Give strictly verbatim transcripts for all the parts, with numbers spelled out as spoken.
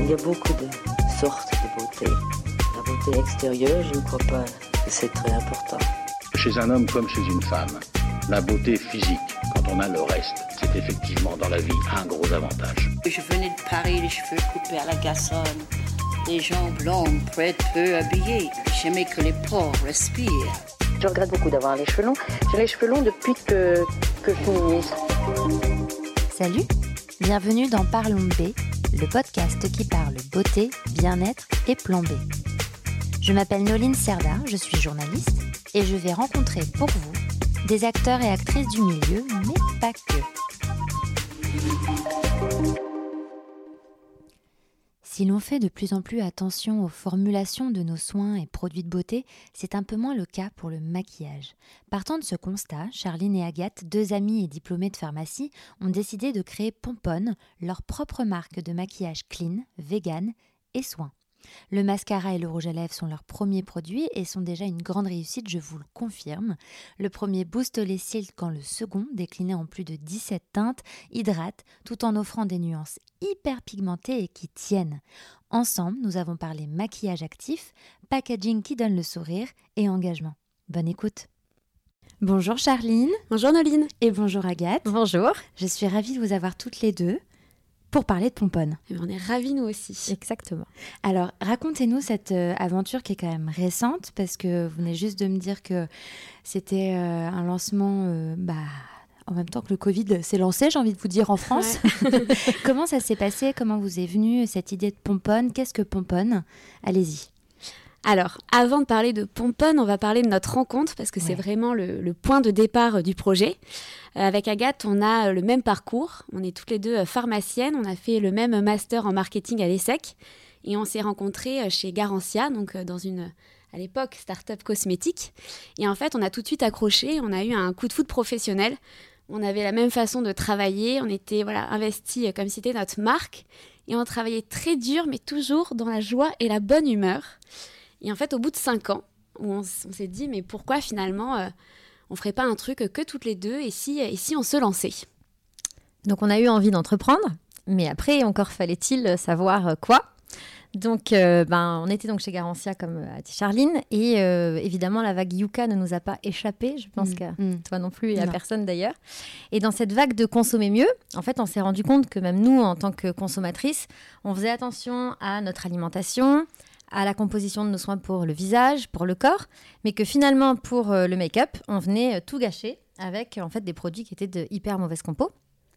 Il y a beaucoup de sortes de beauté. La beauté extérieure, je ne crois pas que c'est très important. Chez un homme comme chez une femme, la beauté physique, quand on a le reste, c'est effectivement dans la vie un gros avantage. Je venais de Paris, les cheveux coupés à la garçonne, les jambes longues, prêtes, peu habillées. J'aimais que les pores respirent. Je regrette beaucoup d'avoir les cheveux longs. J'ai les cheveux longs depuis que, que je suis ministre. Salut, bienvenue dans Parlons B, le podcast qui parle beauté, bien-être et plan B. Je m'appelle Noline Serda, je suis journaliste et je vais rencontrer pour vous des acteurs et actrices du milieu, mais pas que. Si l'on fait de plus en plus attention aux formulations de nos soins et produits de beauté, c'est un peu moins le cas pour le maquillage. Partant de ce constat, Charline et Agathe, deux amies et diplômées de pharmacie, ont décidé de créer Pomponne, leur propre marque de maquillage clean, vegan et soin. Le mascara et le rouge à lèvres sont leurs premiers produits et sont déjà une grande réussite, je vous le confirme. Le premier booste les cils quand le second, décliné en plus de dix-sept teintes, hydrate tout en offrant des nuances hyper pigmentées et qui tiennent. Ensemble, nous avons parlé maquillage actif, packaging qui donne le sourire et engagement. Bonne écoute. Bonjour Charline. Bonjour Noline. Et bonjour Agathe. Bonjour. Je suis ravie de vous avoir toutes les deux pour parler de Pomponne. Et on est ravis nous aussi. Exactement. Alors, racontez-nous cette euh, aventure qui est quand même récente, parce que vous venez juste de me dire que c'était euh, un lancement euh, bah, en même temps que le Covid s'est lancé, j'ai envie de vous dire, en France. Ouais. Comment ça s'est passé? Comment vous est venue cette idée de Pomponne? Qu'est-ce que Pomponne? Allez-y. Alors, avant de parler de Pomponne, on va parler de notre rencontre parce que ouais. c'est vraiment le, le point de départ du projet. Euh, avec Agathe, on a le même parcours. On est toutes les deux pharmaciennes. On a fait le même master en marketing à l'ESSEC. Et on s'est rencontrés chez Garancia, donc dans une, à l'époque, start-up cosmétique. Et en fait, on a tout de suite accroché. On a eu un coup de foudre professionnel. On avait la même façon de travailler. On était voilà, investis comme si c'était notre marque. Et on travaillait très dur, mais toujours dans la joie et la bonne humeur. Et en fait, au bout de cinq ans, on, on s'est dit, mais pourquoi finalement, euh, on ne ferait pas un truc que toutes les deux et si, et si on se lançait? Donc, on a eu envie d'entreprendre, mais après, encore fallait-il savoir quoi. Donc, euh, ben, on était donc chez Garancia, comme a dit Charline, et euh, évidemment, la vague Yuka ne nous a pas échappé, je pense mmh, qu'à mmh. toi non plus et à non. personne d'ailleurs. Et dans cette vague de consommer mieux, en fait, on s'est rendu compte que même nous, en tant que consommatrices, on faisait attention à notre alimentation, à la composition de nos soins pour le visage, pour le corps, mais que finalement, pour euh, le make-up, on venait euh, tout gâcher avec en fait, des produits qui étaient de hyper mauvaise compo.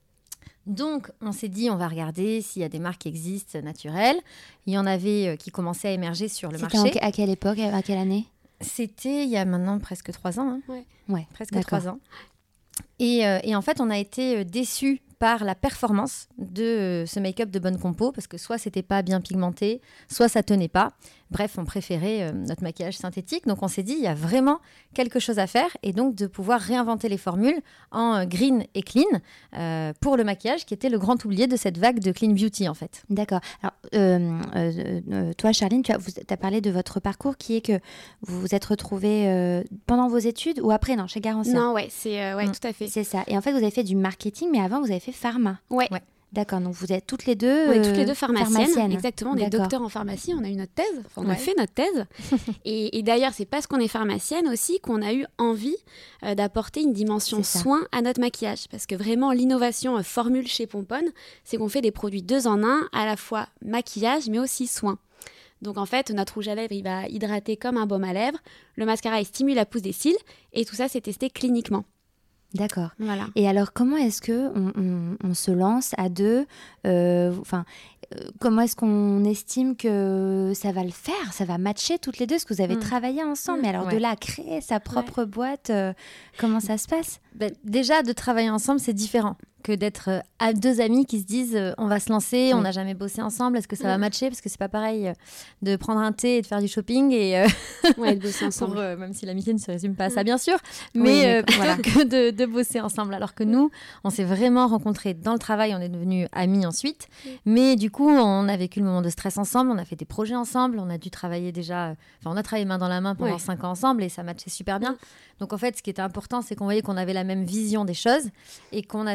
Donc, on s'est dit, on va regarder s'il y a des marques qui existent naturelles. Il y en avait euh, qui commençaient à émerger sur le C'était marché. En, à quelle époque, à quelle année? C'était il y a maintenant presque trois ans. Hein. Ouais. Ouais, presque d'accord. trois ans. Et, euh, et en fait, on a été déçus par la performance de euh, ce make-up de bonne compo, parce que soit c'était pas bien pigmenté, soit ça tenait pas. Bref, on préférait euh, notre maquillage synthétique. Donc on s'est dit, il y a vraiment quelque chose à faire, et donc de pouvoir réinventer les formules en euh, green et clean euh, pour le maquillage, qui était le grand oublié de cette vague de clean beauty en fait. D'accord. Alors euh, euh, euh, toi Charline, tu as, vous, as parlé de votre parcours qui est que vous vous êtes retrouvée euh, pendant vos études ou après, non, chez Garancia? Non, ouais, c'est euh, ouais, mmh. tout à fait. C'est ça. Et en fait, vous avez fait du marketing, mais avant, vous avez fait pharma. Ouais. ouais. D'accord, donc vous êtes toutes les deux On est toutes les deux pharmaciennes, pharmaciennes. Exactement, on est D'accord. docteurs en pharmacie, on a eu notre thèse, enfin on ouais. a fait notre thèse. et, et d'ailleurs, c'est parce qu'on est pharmacienne aussi qu'on a eu envie euh, d'apporter une dimension soin à notre maquillage. Parce que vraiment, l'innovation euh, formule chez Pomponne, c'est qu'on fait des produits deux en un, à la fois maquillage, mais aussi soin. Donc en fait, notre rouge à lèvres, il va hydrater comme un baume à lèvres, le mascara, il stimule la pousse des cils, et tout ça, c'est testé cliniquement. D'accord. Voilà. Et alors, comment est-ce que on, on, on se lance à deux euh, enfin, euh, comment est-ce qu'on estime que ça va le faire? Ça va matcher toutes les deux? Parce que vous avez mmh. travaillé ensemble. Mmh. Mais alors, ouais. de là à créer sa propre ouais. boîte, euh, comment ça se passe? Ben, déjà, de travailler ensemble, c'est différent que d'être à deux amis qui se disent euh, on va se lancer, oui. on n'a jamais bossé ensemble, est-ce que ça va matcher? Parce que c'est pas pareil euh, de prendre un thé et de faire du shopping et euh, ouais, de bosser ensemble. Pour, euh, même si l'amitié ne se résume pas à ça, bien sûr, mais, oui, mais euh, voilà. que de, de bosser ensemble. Alors que nous, on s'est vraiment rencontrés dans le travail, on est devenus amis ensuite, oui. mais du coup, on a vécu le moment de stress ensemble, on a fait des projets ensemble, on a dû travailler déjà, enfin, on a travaillé main dans la main pendant ouais. cinq ans ensemble et ça matchait super bien. Donc en fait, ce qui était important, c'est qu'on voyait qu'on avait la même vision des choses et qu'on avait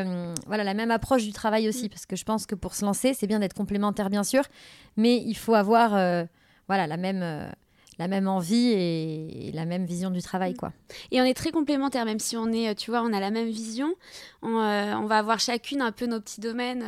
euh, voilà, la même approche du travail aussi, parce que je pense que pour se lancer, c'est bien d'être complémentaire, bien sûr, mais il faut avoir euh, voilà, la même... Euh, la même envie et la même vision du travail, quoi. Et on est très complémentaires, même si on est, tu vois, on a la même vision. On, euh, on va avoir chacune un peu nos petits domaines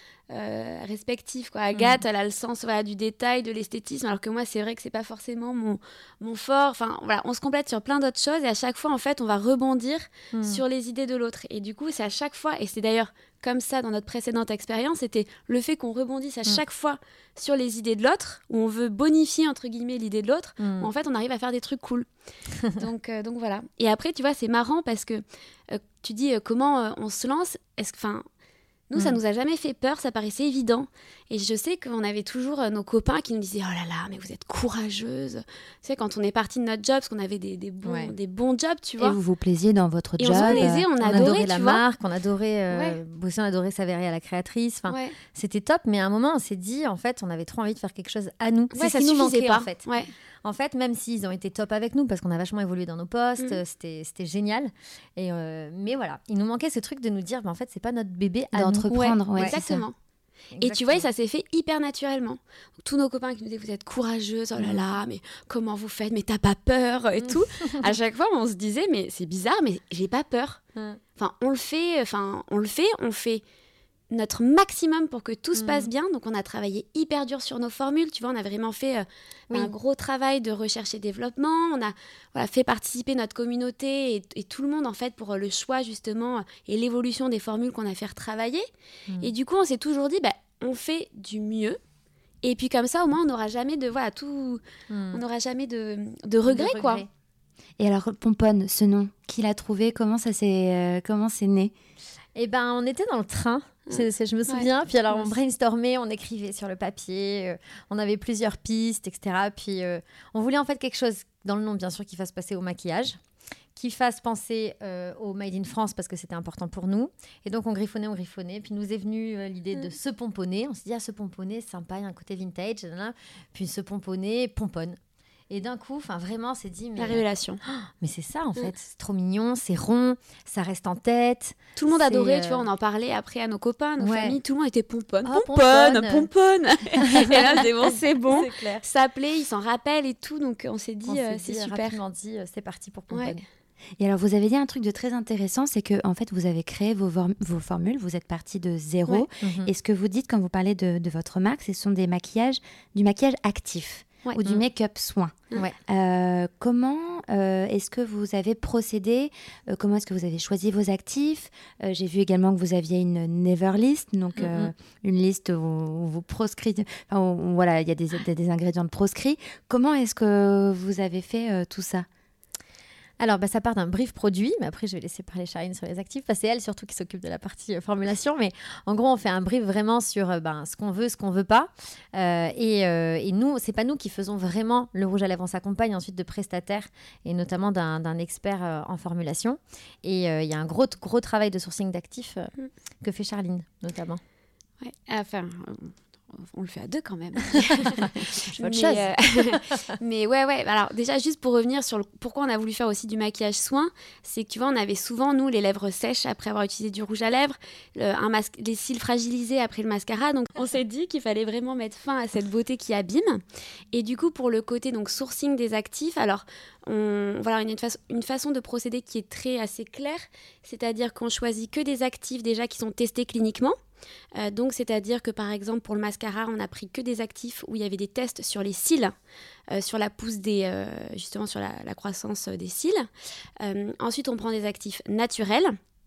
euh, respectifs, quoi. Agathe, mmh. elle a le sens voilà, du détail, de l'esthétisme, alors que moi, c'est vrai que c'est pas forcément mon, mon fort. Enfin, voilà, on se complète sur plein d'autres choses et à chaque fois, en fait, on va rebondir mmh. sur les idées de l'autre. Et du coup, c'est à chaque fois, et c'est d'ailleurs comme ça dans notre précédente expérience, c'était le fait qu'on rebondisse à mmh. chaque fois sur les idées de l'autre, où on veut bonifier, entre guillemets, l'idée de l'autre, mmh. où en fait, on arrive à faire des trucs cool. donc, euh, donc voilà. Et après, tu vois, c'est marrant parce que euh, tu dis euh, comment euh, on se lance. Est-ce que, enfin, nous, mmh. ça nous a jamais fait peur, ça paraissait évident. Et je sais qu'on avait toujours euh, nos copains qui nous disaient « Oh là là, mais vous êtes courageuse !» Tu sais, quand on est parti de notre job, parce qu'on avait des, des, bons, ouais. des bons jobs, tu vois. Et vous vous plaisiez dans votre et job. on se plaisait, on, on adorait, adorait la tu vois. marque, on adorait euh, ouais. bosser, on adorait s'avérer à la créatrice. Enfin, ouais. c'était top, mais à un moment, on s'est dit, en fait, on avait trop envie de faire quelque chose à nous. Ouais, c'est ça ce qui nous suffisait manquait, pas. en fait. Ouais. En fait, même s'ils ont été top avec nous, parce qu'on a vachement évolué dans nos postes, mmh. c'était, c'était génial. Et euh, mais voilà, il nous manquait ce truc de nous dire, bah, en fait, c'est pas notre bébé à d'entreprendre. nous. Ouais, ouais, exactement. Exactement. Et tu vois, ça s'est fait hyper naturellement. Donc, tous nos copains qui nous disaient, vous êtes courageuse, oh là là, mais comment vous faites, mais t'as pas peur et tout. À chaque fois, on se disait, mais c'est bizarre, mais j'ai pas peur. Enfin, on le fait, enfin, on le fait, on fait notre maximum pour que tout se passe bien. Donc, on a travaillé hyper dur sur nos formules. Tu vois, on a vraiment fait euh, oui. un gros travail de recherche et développement. On a voilà, fait participer notre communauté et, et tout le monde, en fait, pour le choix, justement, et l'évolution des formules qu'on a fait retravailler. Mmh. Et du coup, on s'est toujours dit, bah, on fait du mieux. Et puis, comme ça, au moins, on n'aura jamais de, voilà, tout... Mmh. On n'aura jamais de, de regrets, de quoi. Et alors, Pomponne, ce nom, qui l'a trouvé? Comment ça s'est, euh, comment c'est né? Eh ben, on était dans le train, c'est, c'est, je me souviens. Ouais. Puis alors, on brainstormait, on écrivait sur le papier, euh, on avait plusieurs pistes, et cetera. Puis euh, on voulait en fait quelque chose dans le nom, bien sûr, qui fasse passer au maquillage, qui fasse penser euh, au Made in France, parce que c'était important pour nous. Et donc, on griffonnait, on griffonnait. Puis nous est venue euh, l'idée mmh. de se pomponner. On s'est dit, ah, se pomponner, c'est sympa, il y a un côté vintage. Là. Puis se pomponner, pomponne. Et d'un coup, enfin vraiment, on s'est dit... Mais... La révélation. Oh, mais c'est ça, en fait. Mmh. C'est trop mignon, c'est rond, ça reste en tête. Tout le monde c'est... adorait, tu vois, on en parlait après à nos copains, à nos ouais. familles. Tout le monde était pomponne. Oh, pomponne, pomponne. Et là, c'est bon, c'est bon. C'est clair. Ça appelait, ils s'en rappellent et tout. Donc, on s'est dit, on euh, s'est c'est dit, super. rapidement dit, euh, c'est parti pour pomponne. Ouais. Et alors, vous avez dit un truc de très intéressant, c'est que en fait, vous avez créé vos, vor- vos formules, vous êtes parti de zéro. Ouais. Mm-hmm. Et ce que vous dites quand vous parlez de, de votre marque, ce sont des maquillages, du maquillage actif. Ouais. Ou du make-up soin. Ouais. Euh, comment euh, est-ce que vous avez procédé euh, Comment est-ce que vous avez choisi vos actifs euh, J'ai vu également que vous aviez une Never List, donc mm-hmm. euh, une liste où, où vous proscrivez, enfin, où, où, voilà, il y a des, des, des ingrédients de proscrits. Comment est-ce que vous avez fait euh, tout ça ? Alors, bah, ça part d'un brief produit, mais après, je vais laisser parler Charline sur les actifs, parce que c'est elle surtout qui s'occupe de la partie euh, formulation. Mais en gros, on fait un brief vraiment sur euh, ben, ce qu'on veut, ce qu'on veut pas. Euh, et, euh, et nous, c'est pas nous qui faisons vraiment le rouge à lèvres. On s'accompagne ensuite de prestataires et notamment d'un, d'un expert euh, en formulation. Et il euh, y a un gros, gros travail de sourcing d'actifs euh, mm. que fait Charline, notamment. Ouais, enfin... Euh... On le fait à deux quand même. C'est autre chose. Euh... mais ouais, ouais. Alors déjà, juste pour revenir sur le... pourquoi on a voulu faire aussi du maquillage soin, c'est que tu vois, on avait souvent, nous, les lèvres sèches après avoir utilisé du rouge à lèvres, le... un masque... les cils fragilisés après le mascara. Donc, on s'est dit qu'il fallait vraiment mettre fin à cette beauté qui abîme. Et du coup, pour le côté donc sourcing des actifs, alors, on... voilà, une, fa... une façon de procéder qui est très assez claire, c'est-à-dire qu'on choisit que des actifs déjà qui sont testés cliniquement. Euh, donc c'est-à-dire que par exemple pour le mascara on a pris que des actifs où il y avait des tests sur les cils, euh, sur la pousse des, euh, justement sur la, la croissance des cils. Euh, ensuite on prend des actifs naturels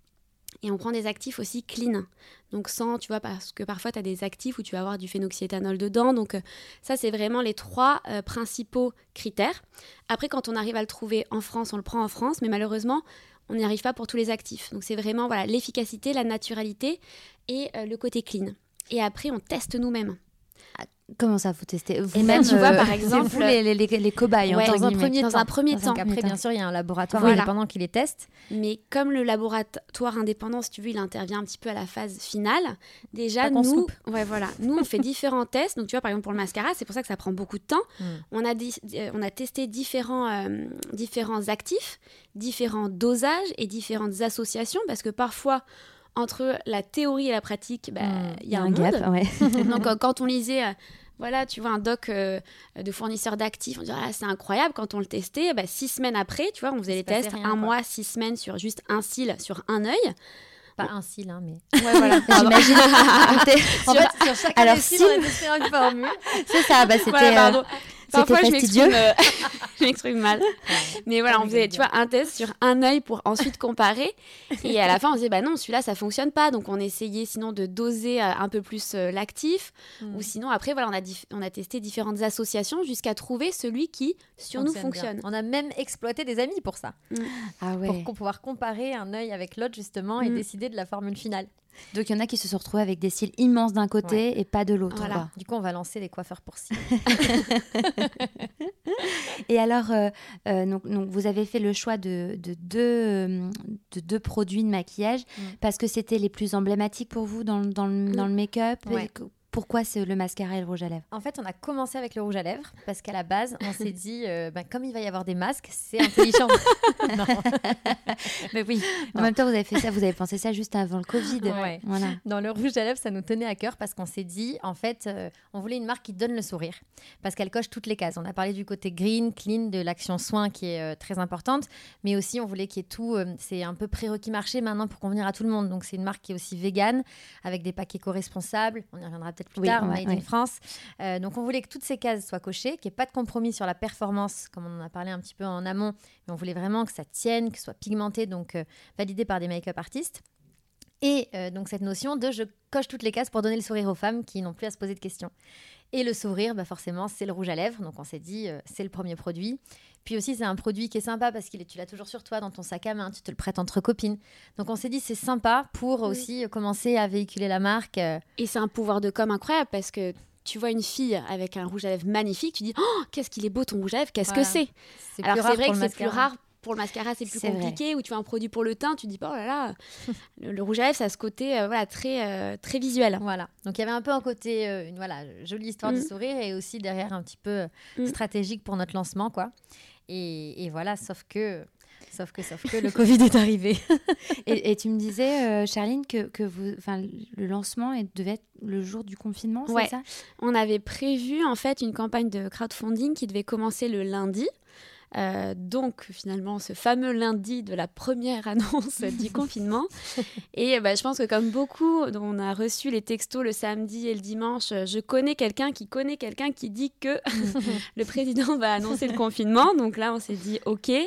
et on prend des actifs aussi clean, donc sans, tu vois, parce que parfois tu as des actifs où tu vas avoir du phénoxyéthanol dedans, donc euh, ça c'est vraiment les trois euh, principaux critères. Après quand on arrive à le trouver en France, on le prend en France, mais malheureusement on n'y arrive pas pour tous les actifs. Donc, c'est vraiment voilà, l'efficacité, la naturalité et euh, le côté clean. Et après, on teste nous-mêmes. Ah, comment ça, vous testez vous Et ben, tu vois, par exemple... vous les, les, les, les cobayes, ouais, en dans, un premier dans temps. un premier temps. Parce qu'après, bien sûr, il y a un laboratoire voilà. indépendant qui les teste. Mais comme le laboratoire indépendant, si tu veux, il intervient un petit peu à la phase finale, déjà, nous, soupe. Ouais, voilà, nous, on fait différents tests. Donc, tu vois, par exemple, pour le mascara, c'est pour ça que ça prend beaucoup de temps. Mm. On, a di- on a testé différents, euh, différents actifs, différents dosages et différentes associations, parce que parfois... entre la théorie et la pratique, bah, il mmh, y a un, un monde. gap. Ouais. Donc euh, quand on lisait, euh, voilà, tu vois, un doc euh, de fournisseurs d'actifs, on disait ah, c'est incroyable. Quand on le testait, bah, six semaines après, tu vois, on faisait les tests, rien, un quoi. mois, six semaines sur juste un cil, sur un œil. Pas un cil, hein, mais... Ouais, voilà. J'imagine. En fait, sur chaque Alors, cil, si- on a testé une formule. C'est ça, bah, c'était, Voilà, euh, pardon. Parfois, je fastidieux. m'exprime, euh, je m'exprime mal. Mais voilà, on faisait, tu vois, un test sur un œil pour ensuite comparer. Et à la fin, on disait, bah non, celui-là, ça fonctionne pas. Donc, on essayait sinon de doser euh, un peu plus euh, l'actif. Mm. Ou sinon, après, voilà, on a, dif- on a testé différentes associations jusqu'à trouver celui qui, sur nous, fonctionne. Bien. On a même exploité des amis pour ça. Ah ouais. Pour co- pouvoir comparer un œil avec l'autre, justement, et Mm. décider de la formule finale. Donc, il y en a qui se sont retrouvés avec des cils immenses d'un côté Ouais. et pas de l'autre. Voilà. quoi. Du coup, on va lancer les coiffeurs pour cils. Et alors, euh, euh, donc, donc, vous avez fait le choix de, de, deux, euh, de deux produits de maquillage Mm. parce que c'était les plus emblématiques pour vous dans, le- dans, le, dans le make-up. Ouais. Et que- Pourquoi c'est le mascara et le rouge à lèvres? En fait, on a commencé avec le rouge à lèvres parce qu'à la base, on s'est dit, euh, ben, comme il va y avoir des masques, c'est intelligent. Non. Mais oui. En Non. même temps, vous avez fait ça, vous avez pensé ça juste avant le Covid. Ouais. Voilà. Dans le rouge à lèvres, ça nous tenait à cœur parce qu'on s'est dit, en fait, euh, on voulait une marque qui donne le sourire parce qu'elle coche toutes les cases. On a parlé du côté green, clean, de l'action soin qui est euh, très importante, mais aussi on voulait qu'il y ait tout. euh, c'est un peu prérequis marché maintenant pour convenir à tout le monde. Donc c'est une marque qui est aussi végane avec des packs éco-responsables. On y reviendra peut-être plus Oui, tard. ouais, Made ouais. in France. Euh, donc on voulait que toutes ces cases soient cochées, qu'il n'y ait pas de compromis sur la performance, comme on en a parlé un petit peu en amont, mais on voulait vraiment que ça tienne, que ce soit pigmenté, donc euh, validé par des make-up artistes. Et euh, donc cette notion de je coche toutes les cases pour donner le sourire aux femmes qui n'ont plus à se poser de questions. Et le sourire, bah forcément, c'est le rouge à lèvres. Donc on s'est dit, euh, c'est le premier produit. Puis aussi, c'est un produit qui est sympa parce que tu l'as toujours sur toi, dans ton sac à main, tu te le prêtes entre copines. Donc on s'est dit, c'est sympa pour Oui. aussi commencer à véhiculer la marque. euh, Et c'est un pouvoir de com incroyable parce que tu vois une fille avec un rouge à lèvres magnifique, tu dis oh, qu'est-ce qu'il est beau ton rouge à lèvres, qu'est-ce Voilà. que c'est? C'est Alors plus c'est rare vrai pour que le c'est plus mascara. rare pour le mascara, c'est plus C'est vrai. compliqué. Ou tu vois un produit pour le teint, tu dis pas oh là là, le, le rouge à lèvres ça a ce côté euh, voilà très euh, très visuel. Voilà. Donc il y avait un peu un côté, euh, une voilà, jolie histoire Mm. du sourire et aussi derrière un petit peu euh, Mm. stratégique pour notre lancement, quoi. Et, et voilà, sauf que, sauf que, sauf que le Covid est arrivé. Et, et tu me disais, euh, Charline, que, que vous, enfin, le lancement est- devait être le jour du confinement, Ouais. c'est ça? On avait prévu en fait une campagne de crowdfunding qui devait commencer le lundi. Euh, donc finalement ce fameux lundi de la première annonce du confinement et bah, je pense que comme beaucoup on a reçu les textos le samedi et le dimanche, je connais quelqu'un qui connaît quelqu'un qui dit que le président va annoncer le confinement, donc là on s'est dit ok. Euh,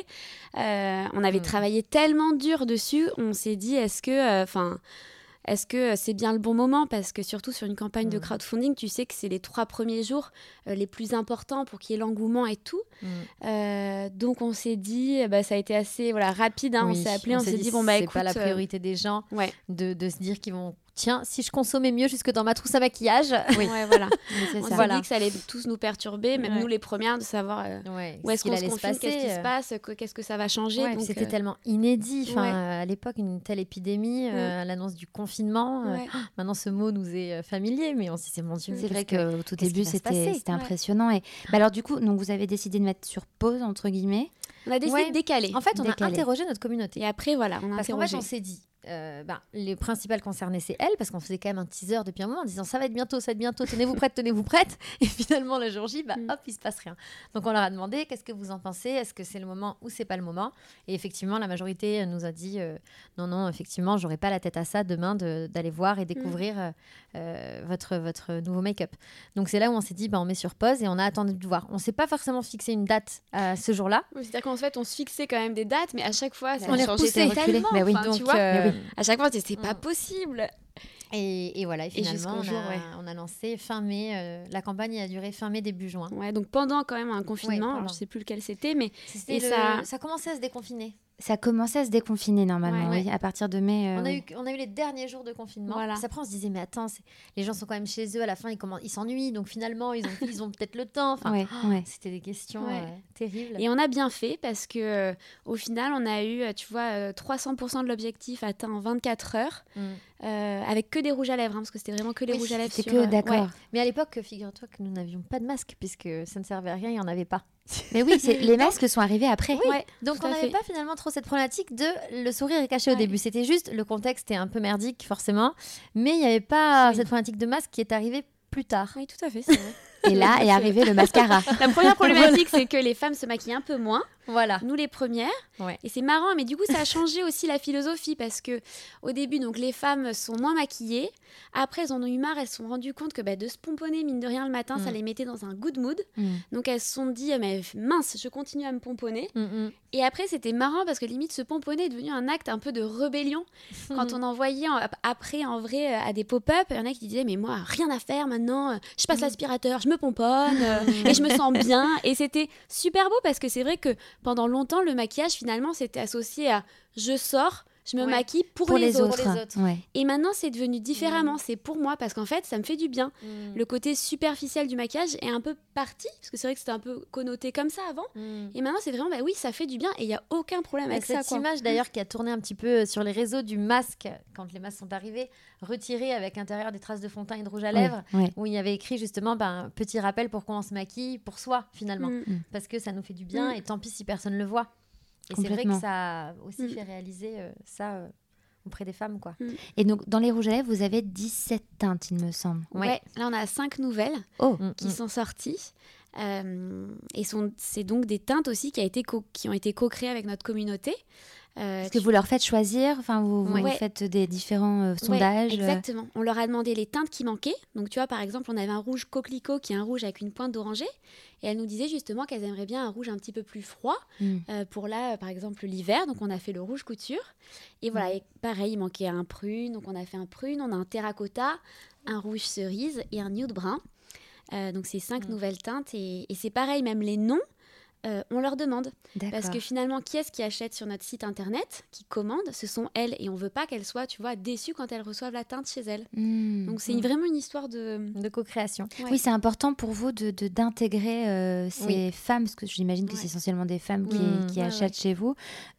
on avait Mm. travaillé tellement dur dessus, on s'est dit est-ce que enfin euh, est-ce que c'est bien le bon moment? Parce que surtout sur une campagne de Mm. crowdfunding, tu sais que c'est les trois premiers jours euh, les plus importants pour qu'il y ait l'engouement et tout. Mm. Euh, donc on s'est dit, euh, bah, ça a été assez voilà, rapide. Hein, Oui, on s'est appelé, on, s'est dit, bon bah c'est écoute, pas la euh, priorité des gens ouais, de, de se dire qu'ils vont, tiens, si je consommais mieux jusque dans ma trousse à maquillage. ouais, voilà. Mais c'est On ça. s'est Voilà. dit que ça allait tous nous perturber, même Ouais. nous les premières, de savoir euh, Ouais, où est-ce ce qu'il qu'on se allait se confine, qu'est-ce qui passer, se euh, passe, que- qu'est-ce que ça va changer. Ouais, donc, puis c'était euh, tellement inédit. Enfin, ouais. euh, à l'époque, une telle épidémie, euh, à l'annonce du confinement. euh, ouais. maintenant, ce mot nous est euh, familier, mais on s'est dit, mon Dieu, C'est vrai qu'est-ce qu'au tout qu'est-ce début, qui va se c'était passer? c'était Ouais. impressionnant. Et... Bah alors du coup, donc, vous avez décidé de mettre sur pause, entre guillemets. On a décidé Ouais. de décaler. En fait, on a Décalé. interrogé notre communauté. Et après, voilà, on a Parce qu'en interrogé. fait, on s'est dit, euh, ben, les principales concernées, c'est elles, parce qu'on faisait quand même un teaser depuis un moment en disant ça va être bientôt, ça va être bientôt, tenez-vous prête, tenez-vous prête. Et finalement, le jour J, bah, Mm. hop, il se passe rien. Donc, on leur a demandé qu'est-ce que vous en pensez, est-ce que c'est le moment ou c'est pas le moment. Et effectivement, la majorité nous a dit euh, non, non, effectivement, j'aurais pas la tête à ça demain de- d'aller voir et découvrir euh, euh, votre, votre nouveau make-up. Donc, c'est là où on s'est dit, bah, on met sur pause et on a attendu de voir. On s'est pas forcément fixé une date à ce jour-là. Oui, c'est-à-dire qu'en fait, on se fixait quand même des dates, mais à chaque fois, ça On les changeait repoussait. tellement. Mais oui, enfin, tu Donc, vois, euh, à chaque fois, c'était pas Mm. possible. Et, et voilà, et Et finalement, jusqu'au on, jour, a, ouais. on a lancé fin mai. euh, la campagne a duré fin mai, début juin. Ouais, donc pendant quand même un confinement, pendant. alors je sais plus lequel c'était, mais C'était Et le- ça- ça commençait à se déconfiner. Ça commençait à se déconfiner normalement, Ouais. oui, à partir de mai. euh, On, a oui. eu, on a eu les derniers jours de confinement. Voilà. Puis après, on se disait, mais attends, c'est- les gens sont quand même chez eux. À la fin, ils, commen- ils s'ennuient. Donc finalement, ils ont, ils ont peut-être le temps. Enfin, Ouais, ouais. C'était des questions Ouais. euh, terribles. et on a bien fait parce que euh, au final, on a eu, euh, tu vois, euh, trois cents pour cent de l'objectif atteint en vingt-quatre heures, Mm. euh, avec que des rouges à lèvres, hein, parce que c'était vraiment que les Oui, rouges à lèvres. C'était sur, que, euh, d'accord. ouais. Mais à l'époque, figure-toi que nous n'avions pas de masque puisque ça ne servait à rien, il n'y en avait pas. Mais oui, c'est, les masques sont arrivés après. Oui, Ouais, donc tout on à n'avait fait. pas finalement trop cette problématique de le sourire est caché au Ouais. début. C'était juste, le contexte est un peu merdique forcément, mais il n'y avait pas Oui. cette problématique de masque qui est arrivée plus tard. Oui, tout à fait, c'est vrai. Et là est arrivé le mascara. La première problématique, c'est que les femmes se maquillent un peu moins, Voilà. nous les premières. Ouais. Et c'est marrant, mais du coup, ça a changé aussi la philosophie parce que au début, donc les femmes sont moins maquillées. Après, elles en ont eu marre, elles se sont rendues compte que bah, de se pomponner, mine de rien, le matin, Mm. ça les mettait dans un good mood. Mm. Donc elles se sont dit, ah, mais mince, je continue à me pomponner. Mm, mm. Et après, c'était marrant parce que limite, se pomponner est devenu un acte un peu de rébellion. Quand on envoyait en- après, en vrai, à des pop-up, il y en a qui disaient, mais moi, rien à faire maintenant, euh, je passe l'aspirateur, je me pomponne euh, et je me sens bien. Et c'était super beau parce que c'est vrai que pendant longtemps, le maquillage, finalement, c'était associé à je sors, je me Ouais. maquille pour, Pour les, les autres. autres. les autres. Ouais. Et maintenant, c'est devenu différemment. C'est pour moi parce qu'en fait, ça me fait du bien. Mm. Le côté superficiel du maquillage est un peu parti parce que c'est vrai que c'était un peu connoté comme ça avant. Mm. Et maintenant, c'est vraiment, bah oui, ça fait du bien et il n'y a aucun problème avec Cette ça. Quoi. image d'ailleurs qui a tourné un petit peu sur les réseaux du masque, quand les masques sont arrivés, retiré avec à l'intérieur des traces de fond de teint et de rouge à lèvres, Ouais, ouais. où il y avait écrit justement ben, petit rappel pour qu'on se maquille pour soi finalement, Mm. parce que ça nous fait du bien Mm. et tant pis si personne le voit. Et c'est vrai que Complètement. ça a aussi Mm. fait réaliser euh, ça euh, auprès des femmes, quoi. Et donc, dans les rouges à lèvres, vous avez dix-sept teintes, il me semble. Ouais. Ouais. Là, on a cinq nouvelles Oh, Mm, qui mm. sont sorties. Euh, et sont, c'est donc des teintes aussi qui, a été co- qui ont été co-créées avec notre communauté. Euh, est-ce que vous leur faites choisir, enfin, vous, vous Ouais. faites des différents euh, Ouais, sondages. euh, exactement. On leur a demandé les teintes qui manquaient. Donc, tu vois, par exemple, on avait un rouge coquelicot qui est un rouge avec une pointe d'oranger. Et elles nous disaient justement qu'elles aimeraient bien un rouge un petit peu plus froid mm. euh, pour là, euh, par exemple, l'hiver. Donc, on a fait le rouge couture. Et voilà, et pareil, il manquait un prune. Donc, on a fait un prune. On a un terracotta, un rouge cerise et un nude brun. Euh, donc, c'est cinq Mm. nouvelles teintes. Et, et c'est pareil, même les noms. Euh, on leur demande. D'accord. Parce que finalement, qui est-ce qui achète sur notre site internet, qui commande? Ce sont elles. Et on veut pas qu'elles soient, tu vois, déçues quand elles reçoivent la teinte chez elles. Mm. Donc c'est Mm. vraiment une histoire de... De co-création. Ouais. Oui, c'est important pour vous de, de- d'intégrer euh, ces Oui. femmes, parce que j'imagine que Ouais. c'est essentiellement des femmes qui, Oui. qui Ouais, achètent chez vous,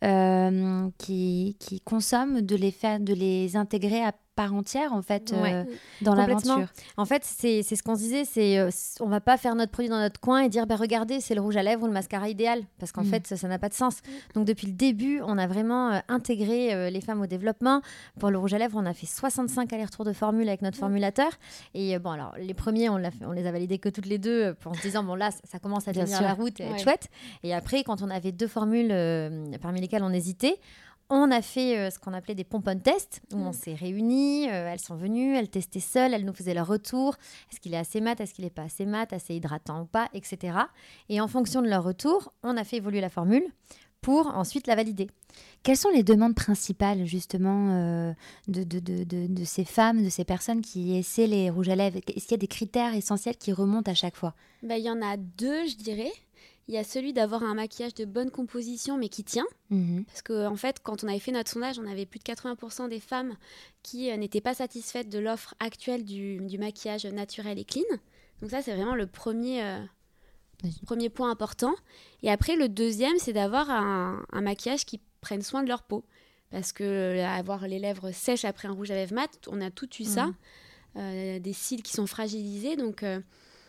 euh, qui, qui consomment, de les faire, de les intégrer à part entière en fait euh, Ouais. dans Complètement. l'aventure. En fait, c'est c'est ce qu'on se disait, c'est euh, c- on va pas faire notre produit dans notre coin et dire bah regardez, c'est le rouge à lèvres ou le mascara idéal, parce qu'en Mm. fait, ça ça n'a pas de sens. Donc depuis le début, on a vraiment euh, intégré euh, les femmes au développement. Pour le rouge à lèvres, on a fait soixante-cinq allers-retours de formule avec notre formulateur. Et euh, bon, alors les premiers, on, l'a fait- on les a validés que toutes les deux, euh, en se disant bon là, ça, ça commence à Bien tenir sûr. la route et à être Ouais. chouette. Et après, quand on avait deux formules euh, parmi lesquelles on hésitait. On a fait euh, ce qu'on appelait des pompon tests, où on s'est réunis, euh, elles sont venues, elles testaient seules, elles nous faisaient leur retour. Est-ce qu'il est assez mat, est-ce qu'il n'est pas assez mat, assez hydratant ou pas, et cetera. Et en fonction de leur retour, on a fait évoluer la formule pour ensuite la valider. Quelles sont les demandes principales justement euh, de, de, de, de, de ces femmes, de ces personnes qui essaient les rouges à lèvres? Est-ce qu'il y a des critères essentiels qui remontent à chaque fois? Bah, il y en a deux, je dirais. Il y a celui d'avoir un maquillage de bonne composition, mais qui tient. Mhm. Parce qu'en en fait, quand on avait fait notre sondage, on avait plus de quatre-vingts pour cent des femmes qui euh, n'étaient pas satisfaites de l'offre actuelle du, du maquillage naturel et clean. Donc ça, c'est vraiment le premier, euh, Vas-y. premier point important. Et après, le deuxième, c'est d'avoir un, un maquillage qui prenne soin de leur peau. Parce que euh, avoir les lèvres sèches après un rouge à lèvres mat, on a tout eu ça. Mhm. Euh, des cils qui sont fragilisés. Donc... euh,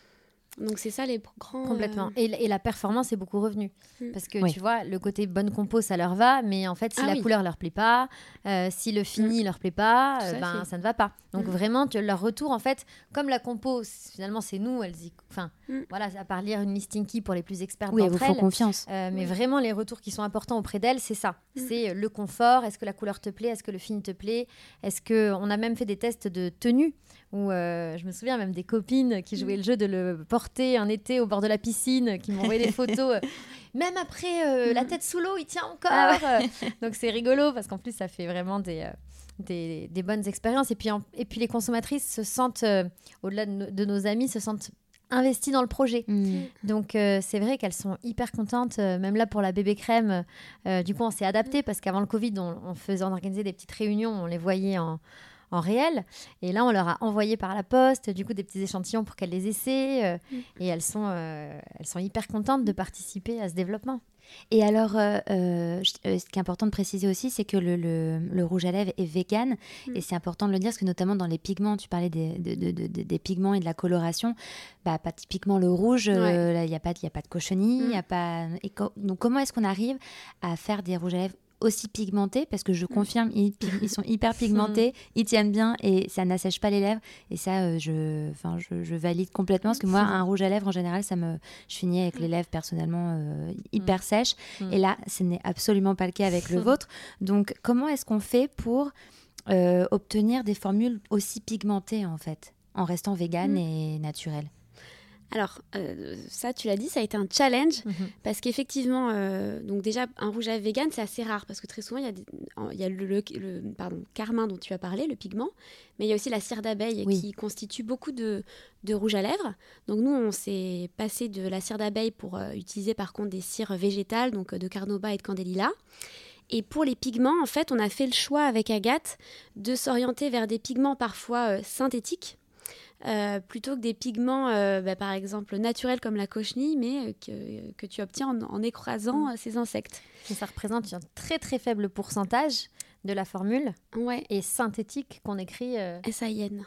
Donc c'est ça les p- grands... Complètement. euh, Et, l- et la performance est beaucoup revenue. Mm. Parce que Oui. tu vois, le côté bonne compo, ça leur va, mais en fait, si Ah la oui. couleur leur plaît pas, euh, si le fini leur plaît pas, Tout euh, à ben, fait. ça ne va pas. Donc Mm. vraiment, tu, leur retour, en fait, comme la compo, c- finalement, c'est nous, elles y... Enfin, Mm. voilà, à part lire une listing key pour les plus experts Oui, elles vous d'entre font elles. confiance. Euh, mais Oui. vraiment, les retours qui sont importants auprès d'elles, c'est ça. Mm. C'est euh, le confort. Est-ce que la couleur te plaît? Est-ce que le fini te plaît? Est-ce que on a même fait des tests de tenue où euh, je me souviens même des copines qui jouaient le jeu de le porter un été au bord de la piscine, qui m'envoyaient des photos. euh, même après euh, la tête sous l'eau, il tient encore. Ah euh. Donc c'est rigolo parce qu'en plus ça fait vraiment des euh, des, des bonnes expériences. Et puis en- et puis les consommatrices se sentent euh, au-delà de, no- de nos amis se sentent investies dans le projet. Mm. Donc euh, c'est vrai qu'elles sont hyper contentes, euh, même là pour la bébé crème. euh, du coup, on s'est adapté parce qu'avant le Covid, on, on faisait, on organisait des petites réunions, on les voyait en, en réel. Et là, on leur a envoyé par la poste, du coup, des petits échantillons pour qu'elles les essaient. euh, et elles sont, euh, elles sont hyper contentes de participer à ce développement. Et alors, euh, euh, ce qui est important de préciser aussi, c'est que le, le, le rouge à lèvres est vegan. Mmh. Et c'est important de le dire, parce que notamment dans les pigments, tu parlais des, de, de, de, de, des pigments et de la coloration, bah, pas typiquement le rouge, il ouais. euh, n'y a, a pas de cochenille. Mmh. Y a pas... Et co- donc, comment est-ce qu'on arrive à faire des rouges à lèvres aussi pigmentés, parce que je confirme, ils, ils sont hyper pigmentés, ils tiennent bien et ça n'assèche pas les lèvres. Et ça, euh, je, je, je valide complètement, parce que moi, un rouge à lèvres, en général, ça me, je finis avec les lèvres personnellement euh, hyper mm. sèches. Mm. Et là, ce n'est absolument pas le cas avec le vôtre. Donc, comment est-ce qu'on fait pour euh, obtenir des formules aussi pigmentées, en fait, en restant vegan mm. et naturel? Alors, euh, ça, tu l'as dit, ça a été un challenge mmh. parce qu'effectivement, euh, donc déjà, un rouge à lèvres vegan, c'est assez rare parce que très souvent, il y a, des, il y a le, le, le pardon, carmin dont tu as parlé, le pigment, mais il y a aussi la cire d'abeille oui. qui constitue beaucoup de, de rouge à lèvres. Donc nous, on s'est passé de la cire d'abeille pour euh, utiliser par contre des cires végétales, donc euh, de carnauba et de candélila. Et pour les pigments, en fait, on a fait le choix avec Agathe de s'orienter vers des pigments parfois euh, synthétiques, Euh, plutôt que des pigments, euh, bah, par exemple, naturels comme la cochenille, mais euh, que, que tu obtiens en, en écrasant euh, ces insectes. Et ça représente un très très faible pourcentage de la formule ouais. et synthétique qu'on écrit... Euh... S I N.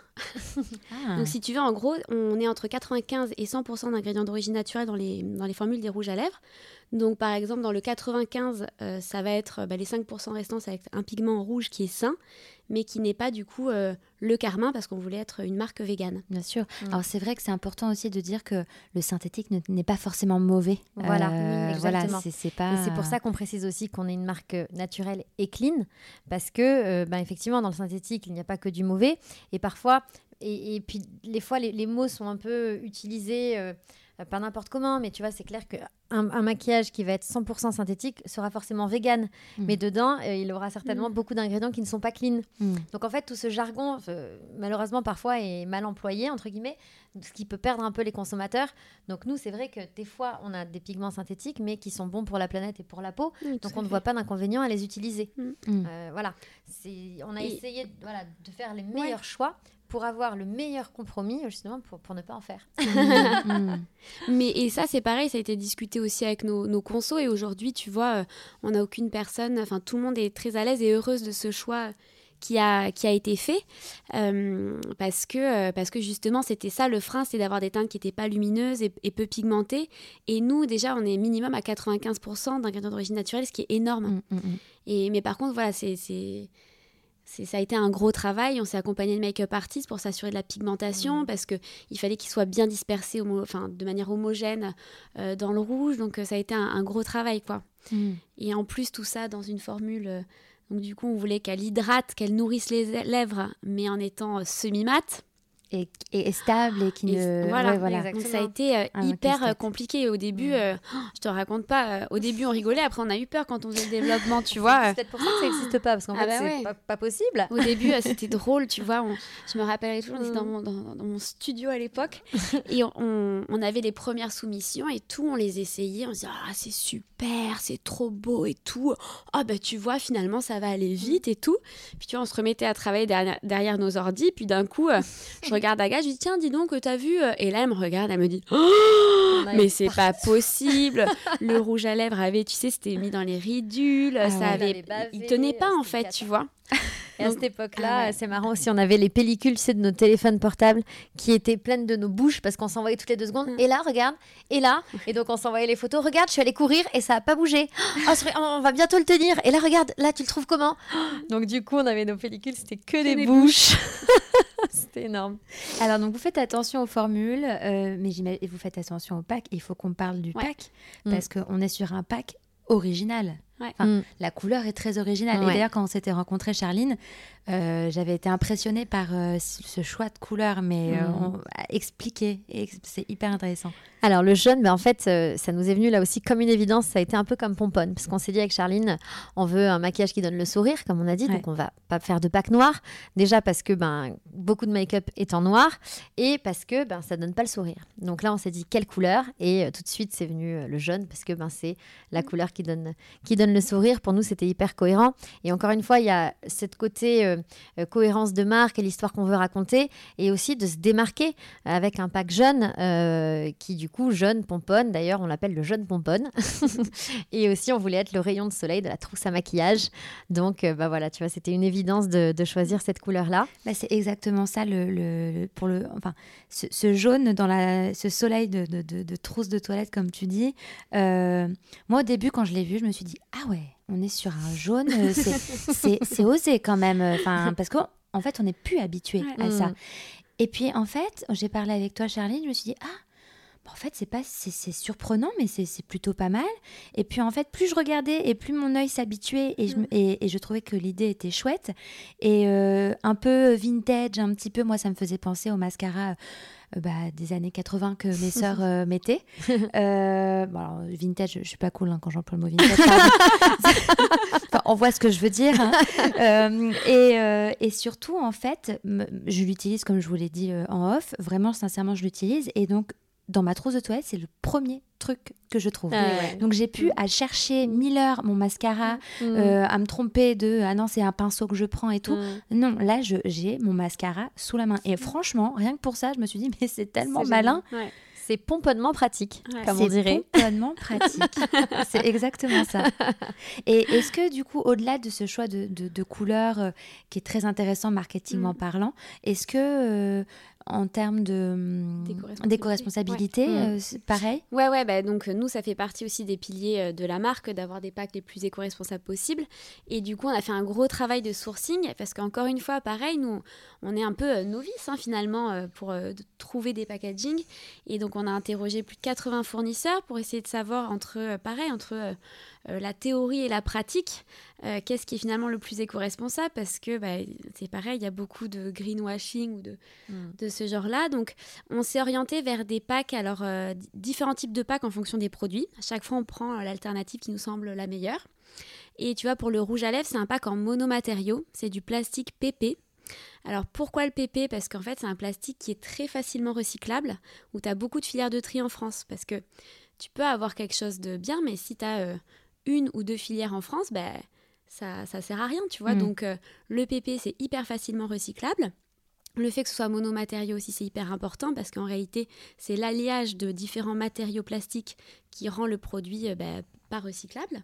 ah. Donc si tu veux, en gros, on est entre quatre-vingt-quinze et cent pour cent d'ingrédients d'origine naturelle dans les, dans les formules des rouges à lèvres. Donc par exemple, dans le quatre-vingt-quinze, euh, ça va être bah, les cinq pour cent restants, c'est avec un pigment rouge qui est sain, mais qui n'est pas du coup euh, le carmin, parce qu'on voulait être une marque végane. Bien sûr. Mmh. Alors c'est vrai que c'est important aussi de dire que le synthétique ne, n'est pas forcément mauvais. Voilà, euh, oui, exactement. Voilà, c'est, c'est pas... Et c'est pour ça qu'on précise aussi qu'on est une marque naturelle et clean, parce que euh, ben, effectivement, dans le synthétique, il n'y a pas que du mauvais. Et parfois, et, et puis les fois, les, les mots sont un peu utilisés... Euh, pas n'importe comment, mais tu vois, c'est clair qu'un un maquillage qui va être cent pour cent synthétique sera forcément vegan, mmh. mais dedans, euh, il aura certainement mmh. beaucoup d'ingrédients qui ne sont pas clean. Mmh. Donc en fait, tout ce jargon, euh, malheureusement, parfois est mal employé, entre guillemets, ce qui peut perdre un peu les consommateurs. Donc nous, c'est vrai que des fois, on a des pigments synthétiques, mais qui sont bons pour la planète et pour la peau, mmh, donc on ne voit pas d'inconvénient à les utiliser. Mmh. Euh, voilà. C'est, on a et... essayé voilà, de faire les meilleurs ouais. choix pour avoir le meilleur compromis, justement, pour, pour ne pas en faire. mmh. Mais, et ça, c'est pareil, ça a été discuté aussi avec nos, nos consos, et aujourd'hui, tu vois, euh, on n'a aucune personne, enfin, tout le monde est très à l'aise et heureuse de ce choix qui a, qui a été fait, euh, parce, que, euh, parce que, justement, c'était ça, le frein, c'est d'avoir des teintes qui n'étaient pas lumineuses et, et peu pigmentées, et nous, déjà, on est minimum à quatre-vingt-quinze pour cent d'ingrédients d'origine naturelle, ce qui est énorme. Mmh, mmh. Et, mais par contre, voilà, c'est... c'est C'est, ça a été un gros travail. On s'est accompagné de make-up artist pour s'assurer de la pigmentation mmh. parce qu'il fallait qu'il soit bien dispersé homo- enfin, de manière homogène euh, dans le rouge. Donc, euh, ça a été un, un gros travail, quoi. Mmh. Et en plus, tout ça dans une formule... Euh, donc, du coup, on voulait qu'elle hydrate, qu'elle nourrisse les lèvres, mais en étant euh, semi-mate. Et, et, et stable et qui et ne... Voilà, ouais, voilà. Donc ça a été euh, ah, hyper euh, compliqué. Au début, mmh. euh, oh, je te raconte pas, euh, au début on rigolait, après on a eu peur quand on faisait le développement, tu vois. C'est peut-être pour ça que ça n'existe pas, parce qu'en ah fait bah c'est ouais. pas, pas possible. Au début euh, c'était drôle, tu vois, on, je me rappellerai toujours, on était dans mon, dans, dans mon studio à l'époque, et on, on, on avait les premières soumissions et tout, on les essayait, on se disait « Ah, c'est super, c'est trop beau et tout. Ah, oh, bah tu vois, finalement ça va aller vite et tout. » Puis tu vois, on se remettait à travailler derrière, derrière nos ordis, puis d'un coup, euh, je regarde Agathe, je dis « Tiens, dis donc, t'as vu ?» Et là, elle me regarde, elle me dit oh, « Mais c'est pas possible. Le rouge à lèvres avait, tu sais, c'était mis dans les ridules. Ah, ça ouais, avait, bavé, il tenait pas, en fait, tu vois. » Et à cette époque-là, ah ouais. c'est marrant aussi, on avait les pellicules, tu sais, de nos téléphones portables qui étaient pleines de nos bouches parce qu'on s'envoyait toutes les deux secondes. Et là, regarde, et là, et donc on s'envoyait les photos. Regarde, je suis allée courir et ça a pas bougé. Oh, on va bientôt le tenir. Et là, regarde, là, tu le trouves comment? Donc du coup, on avait nos pellicules, c'était que, que des, des bouches. C'était énorme. Alors donc vous faites attention aux formules, euh, mais j'imagine, et vous faites attention au pack. Il faut qu'on parle du ouais. pack parce mmh. qu'on est sur un pack original. Ouais. Enfin, mmh. La couleur est très originale. Ouais. Et d'ailleurs, quand on s'était rencontrés, Charline, euh, j'avais été impressionnée par euh, ce choix de couleur, mais mmh. euh, on a expliqué. Et c'est hyper intéressant. Alors, le jaune, ben, en fait, euh, ça nous est venu là aussi comme une évidence. Ça a été un peu comme Pomponne, parce qu'on s'est dit avec Charline, on veut un maquillage qui donne le sourire, comme on a dit, ouais. donc on va pas faire de pack noir. Déjà parce que ben, beaucoup de make-up est en noir et parce que ben, ça donne pas le sourire. Donc là, on s'est dit quelle couleur, et euh, tout de suite, c'est venu euh, le jaune, parce que ben, c'est la couleur qui donne, qui donne le sourire, pour nous, c'était hyper cohérent. Et encore une fois, il y a cette côté euh, euh, cohérence de marque et l'histoire qu'on veut raconter, et aussi de se démarquer avec un pack jeune, euh, qui du coup, jeune pomponne, d'ailleurs, on l'appelle le jeune pomponne. Et aussi, on voulait être le rayon de soleil de la trousse à maquillage. Donc, euh, bah voilà, tu vois, c'était une évidence de, de choisir cette couleur-là. Bah, c'est exactement ça, le, le, le, pour le, enfin, ce, ce jaune dans la, ce soleil de, de, de, de trousse de toilette, comme tu dis. Euh, moi, au début, quand je l'ai vu, je me suis dit, ah ouais, on est sur un jaune, euh, c'est, c'est, c'est osé quand même, enfin, parce qu'en en fait, on n'est plus habitué à ça. Mmh. Et puis, en fait, j'ai parlé avec toi, Charline, je me suis dit, ah, bon, en fait, c'est, pas, c'est, c'est surprenant, mais c'est, c'est plutôt pas mal. Et puis, en fait, plus je regardais et plus mon œil s'habituait, et je, Mm. et, et je trouvais que l'idée était chouette. Et euh, un peu vintage, un petit peu, moi, ça me faisait penser au mascara euh, bah, des années quatre-vingts que mes sœurs euh, mettaient. Euh, bon, alors, vintage, je, je suis pas cool hein, quand j'emploie le mot vintage. Enfin, on voit ce que je veux dire. Hein. Euh, et, euh, et surtout, en fait, m- je l'utilise, comme je vous l'ai dit euh, en off. Vraiment, sincèrement, je l'utilise. Et donc, dans ma trousse de toilette, c'est le premier truc que je trouve. Ah ouais. Donc, j'ai pu à chercher mille heures mon mascara, Mmh. euh, à me tromper de « Ah non, c'est un pinceau que je prends et tout. Mmh. » Non, là, je, j'ai mon mascara sous la main. Et franchement, rien que pour ça, je me suis dit « Mais c'est tellement C'est malin. » génial. Ouais. C'est pomponnement pratique, Ouais. comme C'est on dirait. pomponnement pratique. C'est exactement ça. Et est-ce que, du coup, au-delà de ce choix de, de, de couleurs euh, qui est très intéressant marketingement Mm. parlant, est-ce que, euh, en termes de hum, D'éco-responsabilité. d'éco-responsabilité, Ouais. euh, c'est pareil? Ouais, ouais, bah, donc euh, nous, ça fait partie aussi des piliers euh, de la marque, d'avoir des packs les plus éco-responsables possibles. Et du coup, on a fait un gros travail de sourcing, parce qu'encore une fois, pareil, nous, on est un peu euh, novices, hein, finalement, euh, pour euh, de- trouver des packaging. Et donc, on a interrogé plus de quatre-vingts fournisseurs pour essayer de savoir, entre, euh, pareil, entre euh, euh, la théorie et la pratique, euh, qu'est-ce qui est finalement le plus éco-responsable, parce que bah, c'est pareil, il y a beaucoup de greenwashing ou de, Mm. de ce genre-là. Donc, on s'est orienté vers des packs, alors euh, d- différents types de packs en fonction des produits. À chaque fois, on prend euh, l'alternative qui nous semble la meilleure. Et tu vois, pour le rouge à lèvres, c'est un pack en monomatériaux. C'est du plastique P P. Alors, pourquoi le P P? Parce qu'en fait, c'est un plastique qui est très facilement recyclable, où tu as beaucoup de filières de tri en France. Parce que tu peux avoir quelque chose de bien, mais si tu as euh, une ou deux filières en France, bah, ça ça sert à rien, tu vois. Mm. Donc, euh, le P P, c'est hyper facilement recyclable. Le fait que ce soit monomatériaux aussi, c'est hyper important parce qu'en réalité, c'est l'alliage de différents matériaux plastiques qui rend le produit euh, bah, pas recyclable.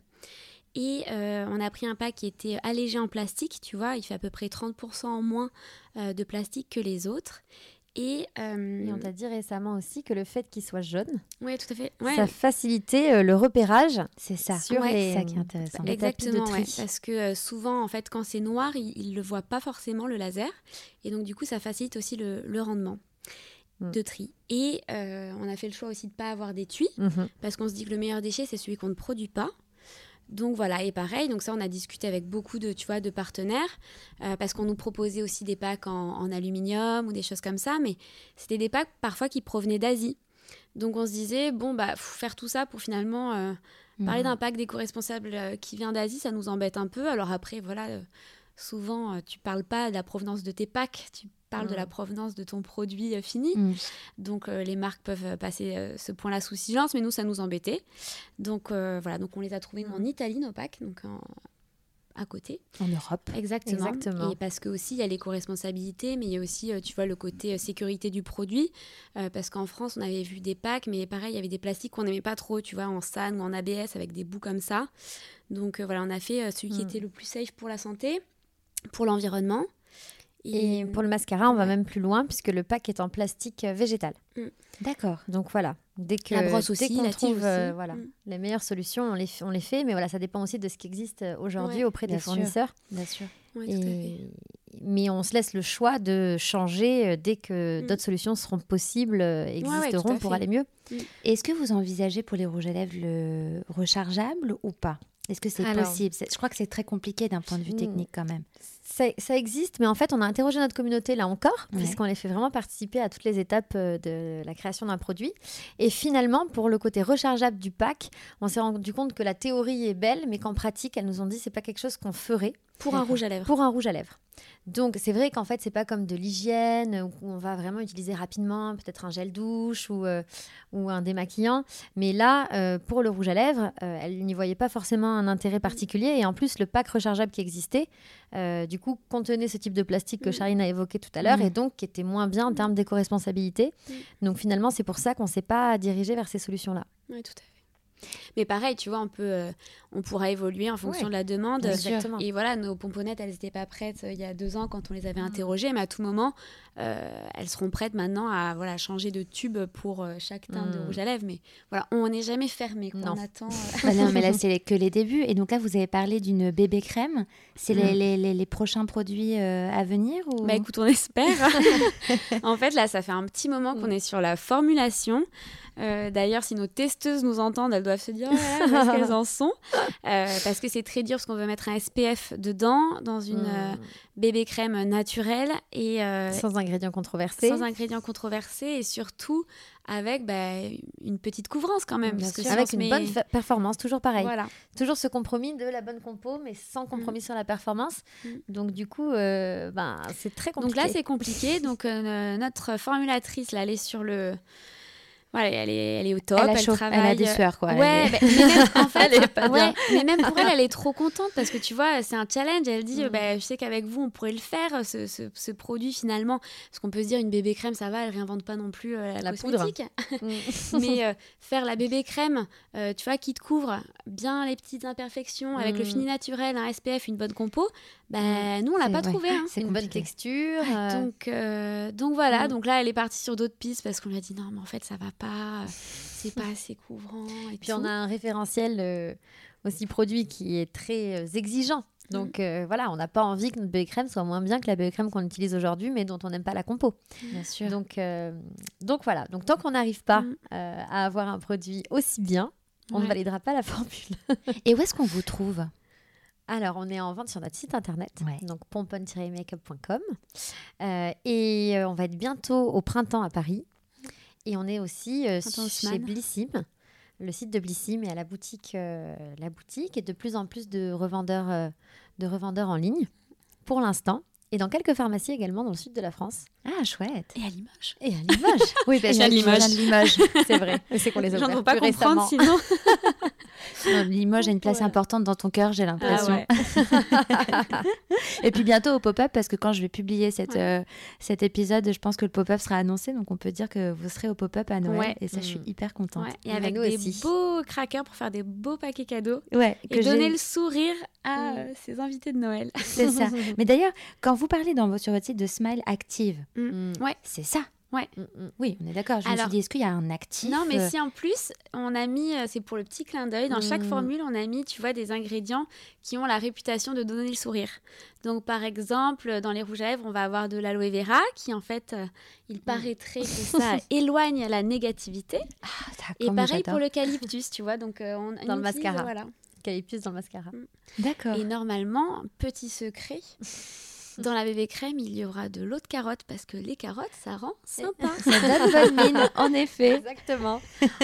Et euh, on a pris un pack qui était allégé en plastique, tu vois, il fait à peu près trente pour cent en moins euh, de plastique que les autres. Et, euh, Et on t'a dit récemment aussi que le fait qu'il soit jaune, ouais, tout à fait. Ouais, ça facilitait euh, le repérage C'est ça. sur Ouais, les, c'est ça qui est intéressant. les tapis de exactement, tri. ouais, parce que euh, souvent, en fait, quand c'est noir, il ne le voit pas forcément, le laser. Et donc, du coup, ça facilite aussi le, le rendement Mm. de tri. Et euh, on a fait le choix aussi de ne pas avoir d'étui, Mhm. parce qu'on se dit que le meilleur déchet, c'est celui qu'on ne produit pas. Donc voilà, et pareil, donc ça on a discuté avec beaucoup de, tu vois, de partenaires, euh, parce qu'on nous proposait aussi des packs en, en aluminium ou des choses comme ça, mais c'était des packs parfois qui provenaient d'Asie. Donc on se disait, bon, bah, faut faire tout ça pour finalement euh, parler Mhm. d'un pack d'éco-responsable euh, qui vient d'Asie, ça nous embête un peu. Alors après, voilà, euh, souvent euh, tu parles pas de la provenance de tes packs, tu parles de Mm. la provenance de ton produit euh, fini. Mm. Donc euh, les marques peuvent euh, passer euh, ce point-là sous silence, mais nous, ça nous embêtait. Donc euh, voilà, donc on les a trouvés nous, en Italie, nos packs, donc en- à côté. En Europe. Exactement. Exactement. Et parce que aussi, il y a l'éco-responsabilité, mais il y a aussi, euh, tu vois, le côté euh, sécurité du produit. Euh, parce qu'en France, on avait vu des packs, mais pareil, il y avait des plastiques qu'on n'aimait pas trop, tu vois, en S A N ou en A B S, avec des bouts comme ça. Donc euh, voilà, on a fait euh, celui qui Mm. était le plus safe pour la santé, pour l'environnement. Et pour le mascara, on va Ouais. même plus loin puisque le pack est en plastique euh, végétal. D'accord. Donc voilà, dès que La brosse aussi, dès qu'on la tige trouve euh, aussi. voilà, Mm. les meilleures solutions, on les, f- on les fait. Mais voilà, ça dépend aussi de ce qui existe euh, aujourd'hui Ouais, auprès des bien sûr. fournisseurs. Bien sûr. Ouais, tout à fait. Et... Mais on se laisse le choix de changer euh, dès que Mm. d'autres solutions seront possibles, euh, ouais, existeront tout à pour fait. aller mieux. Est-ce que vous envisagez pour les rouges à lèvres le rechargeable ou pas? Est-ce que c'est Alors- possible? C'est- Je crois que c'est très compliqué d'un point de vue Mm. technique quand même. Ça, ça existe, mais en fait, on a interrogé notre communauté là encore, Ouais. puisqu'on les fait vraiment participer à toutes les étapes euh, de la création d'un produit. Et finalement, pour le côté rechargeable du pack, on s'est rendu compte que la théorie est belle, mais qu'en pratique, elles nous ont dit que c'est pas quelque chose qu'on ferait. Pour un rouge à lèvres. Pour un rouge à lèvres. Donc, c'est vrai qu'en fait, c'est pas comme de l'hygiène où on va vraiment utiliser rapidement peut-être un gel douche ou, euh, ou un démaquillant. Mais là, euh, pour le rouge à lèvres, euh, elle n'y voyait pas forcément un intérêt particulier. Et en plus, le pack rechargeable qui existait, euh, du coup, contenait ce type de plastique que Charline a évoqué tout à l'heure mmh. et donc qui était moins bien en termes d'éco-responsabilité. Mmh. Donc, finalement, c'est pour ça qu'on ne s'est pas dirigé vers ces solutions-là. Oui, tout à fait. Mais pareil, tu vois, on, peut, euh, on pourra évoluer en fonction ouais, de la demande. Exactement. Et voilà, nos pomponnettes, elles n'étaient pas prêtes euh, il y a deux ans quand on les avait interrogées, mais à tout moment, euh, elles seront prêtes maintenant à voilà, changer de tube pour euh, chaque teint mmh. de rouge à lèvres. Mais voilà, on n'est jamais fermé. On attend. Euh... Bah non, mais là, c'est que les débuts. Et donc là, vous avez parlé d'une bébé crème. C'est mmh. les, les, les, les prochains produits euh, à venir ou... Bah écoute, on espère. En fait, là, ça fait un petit moment qu'on est sur la formulation. Euh, d'ailleurs, si nos testeuses nous entendent, elles doivent se dire oh là là, où est-ce qu'elles en sont euh, parce que c'est très dur parce qu'on veut mettre un S P F dedans dans une mmh. euh, bébé crème naturelle et euh, sans ingrédients controversés sans ingrédients controversés et surtout avec bah, une petite couvrance quand même parce que si avec une met... bonne fa- performance, toujours pareil voilà. Toujours ce compromis de la bonne compo mais sans compromis mmh. sur la performance mmh. donc du coup euh, ben, c'est très compliqué. Donc là c'est compliqué donc euh, notre formulatrice là, elle est sur le voilà, elle est, elle est au top, elle, elle, chaud, travaille. Elle a des sueurs, quoi. Ouais, bah, mais même, en fait, elle est pas ouais, mais même pour elle, elle est trop contente parce que tu vois, c'est un challenge. Elle dit, mm. bah, je sais qu'avec vous, on pourrait le faire, ce, ce, ce produit finalement. Parce qu'on peut se dire, une bébé crème, ça va, elle réinvente pas non plus euh, la, la cosmétique. Mm. Mais euh, faire la bébé crème, euh, tu vois, qui te couvre bien les petites imperfections, avec mm. le fini naturel, un S P F, une bonne compo, bah, mm. nous, on l'a c'est, pas ouais. trouvé. Hein. C'est une bonne texture. Euh... Donc, euh, donc voilà, mm. donc là, elle est partie sur d'autres pistes parce qu'on lui a dit, non, mais en fait, ça va pas. C'est pas assez couvrant. Et puis on a un référentiel euh, aussi produit qui est très euh, exigeant. Donc mmh. euh, voilà, on n'a pas envie que notre bébé crème soit moins bien que la bébé crème qu'on utilise aujourd'hui, mais dont on n'aime pas la compo. Bien sûr. Donc, euh, donc voilà, donc tant qu'on n'arrive pas mmh. euh, à avoir un produit aussi bien, on ouais. ne validera pas la formule. Et où est-ce qu'on vous trouve ? Alors, on est en vente sur notre site internet, ouais. donc pompon tiret makeup point com. Euh, et euh, on va être bientôt au printemps à Paris. Et on est aussi euh, chez Blissim, le site de Blissim et à la boutique, euh, la boutique et de plus en plus de revendeurs, euh, de revendeurs en ligne pour l'instant. Et dans quelques pharmacies également dans le sud de la France. Ah, chouette. Et à Limoges. Et à Limoges. Oui, ben, j'ai Limoges. Limoges. C'est vrai. C'est qu'on les a J'en ouverts peux pas plus comprendre récemment. sinon. Non, Limoges a une place ouais. importante dans ton cœur, j'ai l'impression. Ah ouais. Et puis bientôt au pop-up, parce que quand je vais publier cette, ouais. euh, cet épisode, je pense que le pop-up sera annoncé. Donc on peut dire que vous serez au pop-up à Noël. Ouais. Et ça, mmh. je suis hyper contente. Ouais. Et avec des aussi. beaux crackers pour faire des beaux paquets cadeaux. Ouais, et donner le sourire à euh, ses invités de Noël. C'est ça. Mais d'ailleurs, quand vous parlez dans, sur votre site de Smile Active, mmh. ouais. c'est ça. Ouais. Oui, on est d'accord. Je Alors, me suis dit, est-ce qu'il y a un actif ? Non, mais si en plus, on a mis, c'est pour le petit clin d'œil, dans mmh. chaque formule, on a mis, tu vois, des ingrédients qui ont la réputation de donner le sourire. Donc, par exemple, dans les rouges à lèvres, on va avoir de l'aloe vera, qui en fait, euh, il paraîtrait que ça éloigne la négativité. Ah, et pareil pour l'eucalyptus, tu vois. Donc, euh, on, dans le utilise, mascara. Voilà. Eucalyptus dans le mascara. Mmh. D'accord. Et normalement, petit secret... Dans la bébé crème, il y aura de l'eau de carotte parce que les carottes, ça rend sympa. Ça donne bonne mine, en effet. Exactement.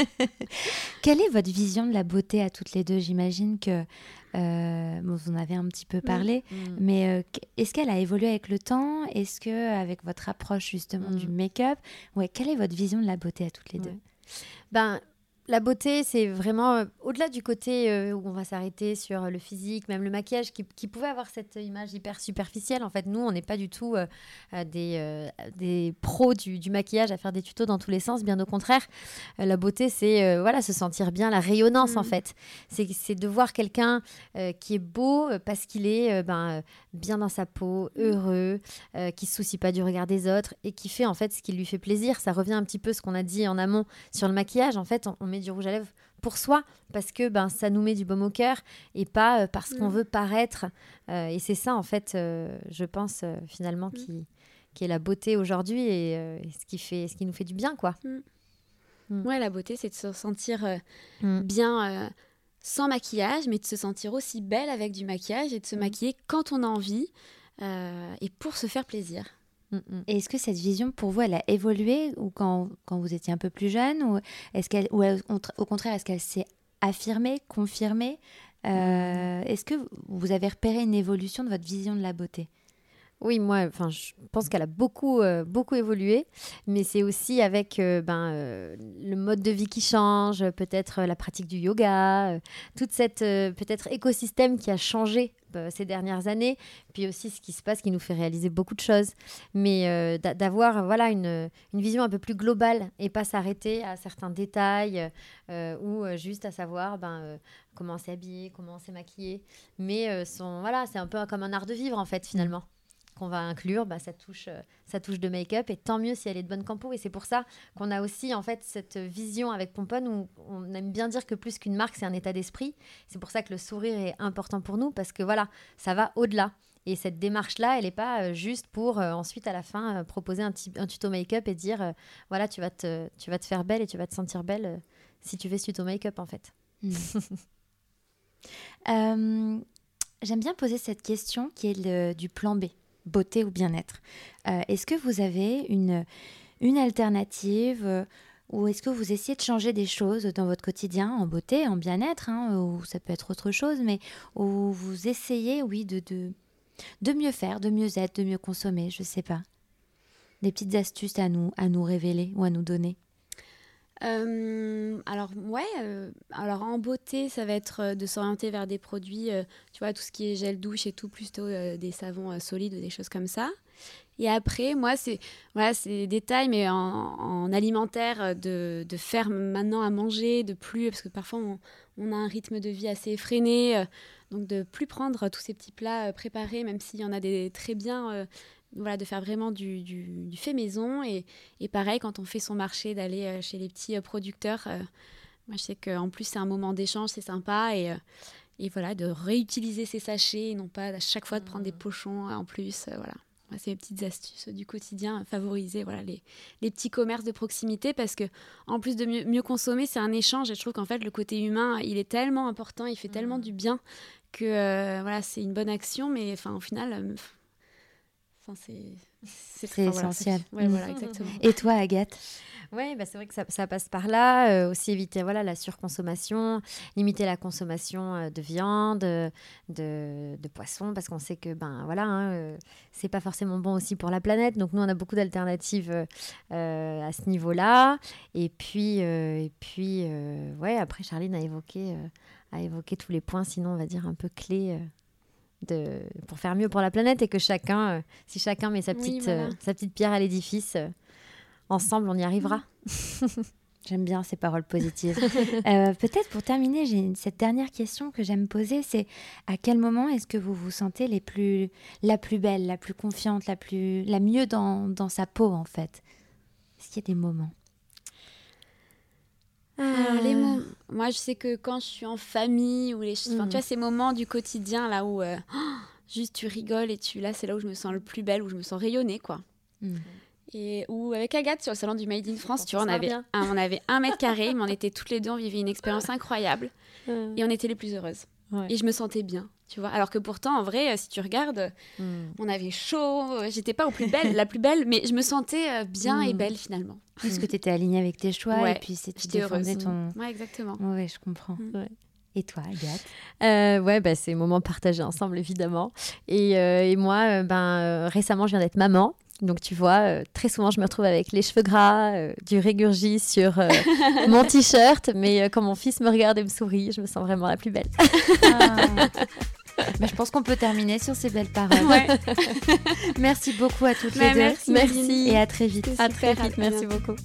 Quelle est votre vision de la beauté à toutes les deux ? J'imagine que euh, bon, vous en avez un petit peu parlé, mmh. mais euh, est-ce qu'elle a évolué avec le temps ? Est-ce qu'avec votre approche justement mmh. du make-up, ouais, quelle est votre vision de la beauté à toutes les ouais. deux ? Ben, la beauté, c'est vraiment euh, au-delà du côté euh, où on va s'arrêter sur euh, le physique, même le maquillage, qui, qui pouvait avoir cette image hyper superficielle. En fait, nous, on n'est pas du tout euh, des, euh, des pros du, du maquillage à faire des tutos dans tous les sens. Bien au contraire, euh, la beauté, c'est euh, voilà, se sentir bien, la rayonnance, mmh. en fait. C'est, c'est de voir quelqu'un euh, qui est beau parce qu'il est euh, ben, bien dans sa peau, heureux, euh, qui ne se soucie pas du regard des autres et qui fait en fait ce qui lui fait plaisir. Ça revient un petit peu à ce qu'on a dit en amont sur le maquillage. En fait, on, on met du rouge à lèvres pour soi parce que ben, ça nous met du baume au cœur et pas euh, parce mmh. qu'on veut paraître. Euh, et c'est ça, en fait, euh, je pense, euh, finalement, mmh. qui, qui est la beauté aujourd'hui et, euh, et ce, qui fait, ce qui nous fait du bien, quoi. Mmh. Mmh. Ouais, la beauté, c'est de se sentir euh, mmh. bien euh, sans maquillage, mais de se sentir aussi belle avec du maquillage et de se mmh. maquiller quand on a envie euh, et pour se faire plaisir. Et est-ce que cette vision, pour vous, elle a évolué ou quand, quand vous étiez un peu plus jeune ou, est-ce qu'elle, ou elle, au contraire, est-ce qu'elle s'est affirmée, confirmée ? Euh, est-ce que vous avez repéré une évolution de votre vision de la beauté ? Oui, moi, enfin, je pense qu'elle a beaucoup, euh, beaucoup évolué, mais c'est aussi avec euh, ben, euh, le mode de vie qui change, peut-être euh, la pratique du yoga, euh, toute cette euh, peut-être écosystème qui a changé euh, ces dernières années, puis aussi ce qui se passe qui nous fait réaliser beaucoup de choses, mais euh, d'a- d'avoir voilà une, une vision un peu plus globale et pas s'arrêter à certains détails euh, ou euh, juste à savoir ben euh, comment on s'est habillé, comment on s'est maquillé, mais euh, son, voilà, c'est un peu comme un art de vivre en fait finalement. Qu'on va inclure, bah, ça touche, euh, ça touche de make-up et tant mieux si elle est de bonne campo. Et c'est pour ça qu'on a aussi en fait cette vision avec Pomponne où on aime bien dire que plus qu'une marque, c'est un état d'esprit. C'est pour ça que le sourire est important pour nous parce que voilà, ça va au-delà. Et cette démarche-là, elle n'est pas euh, juste pour euh, ensuite à la fin euh, proposer un, t- un tuto make-up et dire euh, voilà, tu vas, te, tu vas te faire belle et tu vas te sentir belle euh, si tu fais ce tuto make-up en fait. Mmh. euh, j'aime bien poser cette question qui est le, du plan B. Beauté ou bien-être. Euh, est-ce que vous avez une, une alternative euh, ou est-ce que vous essayez de changer des choses dans votre quotidien en beauté, en bien-être, hein, ou ça peut être autre chose, mais où vous essayez, oui, de, de, de mieux faire, de mieux être, de mieux consommer, je ne sais pas. Des petites astuces à nous, à nous révéler ou à nous donner. Euh, alors ouais, euh, alors en beauté, ça va être euh, de s'orienter vers des produits, euh, tu vois, tout ce qui est gel douche et tout, plutôt euh, des savons euh, solides ou des choses comme ça. Et après, moi, c'est voilà, c'est des détails, mais en, en alimentaire, de, de faire maintenant à manger, de plus, parce que parfois on, on a un rythme de vie assez effréné, euh, donc de plus prendre tous ces petits plats euh, préparés, même s'il y en a des très bien. Euh, Voilà, de faire vraiment du, du, du fait maison. Et, et pareil, quand on fait son marché, d'aller euh, chez les petits euh, producteurs. Euh, moi, je sais qu'en plus, c'est un moment d'échange, c'est sympa. Et, euh, et voilà, de réutiliser ses sachets et non pas à chaque fois de prendre des pochons euh, en plus. Euh, voilà. Ouais, c'est mes petites astuces du quotidien, favoriser voilà, les, les petits commerces de proximité parce que en plus de mieux, mieux consommer, c'est un échange. Et je trouve qu'en fait, le côté humain, il est tellement important, il fait tellement du bien que euh, voilà, c'est une bonne action. Mais au final... Euh, Enfin, c'est c'est, c'est enfin, essentiel. Voilà, ouais, voilà, exactement. Et toi, Agathe ? Oui, bah c'est vrai que ça, ça passe par là. Euh, aussi éviter voilà, la surconsommation, limiter la consommation euh, de viande, de, de poisson, parce qu'on sait que ben, voilà, hein, euh, c'est pas forcément bon aussi pour la planète. Donc nous, on a beaucoup d'alternatives euh, à ce niveau-là. Et puis, euh, et puis euh, ouais, après, Charline a évoqué, euh, a évoqué tous les points, sinon on va dire un peu clés. Euh, De, pour faire mieux pour la planète et que chacun, euh, si chacun met sa petite, oui, voilà. euh, sa petite pierre à l'édifice, euh, ensemble on y arrivera. J'aime bien ces paroles positives. euh, peut-être pour terminer, j'ai une, cette dernière question que j'aime poser, c'est à quel moment est-ce que vous vous sentez les plus, la plus belle, la plus confiante, la, plus, la mieux dans, dans sa peau en fait ? Est-ce qu'il y a des moments ? Alors, les mots, moi je sais que quand je suis en famille ou les choses, mmh. tu vois ces moments du quotidien là où euh, oh, juste tu rigoles et tu là c'est là où je me sens le plus belle, où je me sens rayonnée quoi. Mmh. Et où avec Agathe sur le salon du Made in France, tu vois, on avait, un, on avait un mètre carré, mais on était toutes les deux, on vivait une expérience incroyable mmh. et on était les plus heureuses. Ouais. Et je me sentais bien, tu vois. Alors que pourtant, en vrai, si tu regardes, mm. on avait chaud, j'étais pas au plus belle, la plus belle, mais je me sentais bien mm. et belle finalement. Parce mm. que tu étais alignée avec tes choix ouais. et puis c'est, tu j'étais défendais heureuse. ton... Ouais, exactement. Ouais, je comprends. Mm. Ouais. Et toi, Agathe ? euh, Ouais, bah, c'est un moment partagé ensemble, évidemment. Et, euh, et moi, euh, ben, euh, récemment, je viens d'être maman. Donc, tu vois, euh, très souvent, je me retrouve avec les cheveux gras, euh, du régurgie sur euh, mon t-shirt. Mais euh, quand mon fils me regarde et me sourit, je me sens vraiment la plus belle. Ah. Bah, je pense qu'on peut terminer sur ces belles paroles. Ouais. Merci beaucoup à toutes bah, les merci, deux. Merci. Et à très vite. À très vite. Merci beaucoup.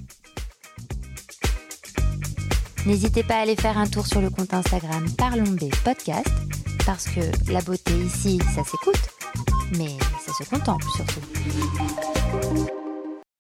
N'hésitez pas à aller faire un tour sur le compte Instagram Parlons B Podcast, parce que la beauté ici, ça s'écoute, mais ça se contemple surtout.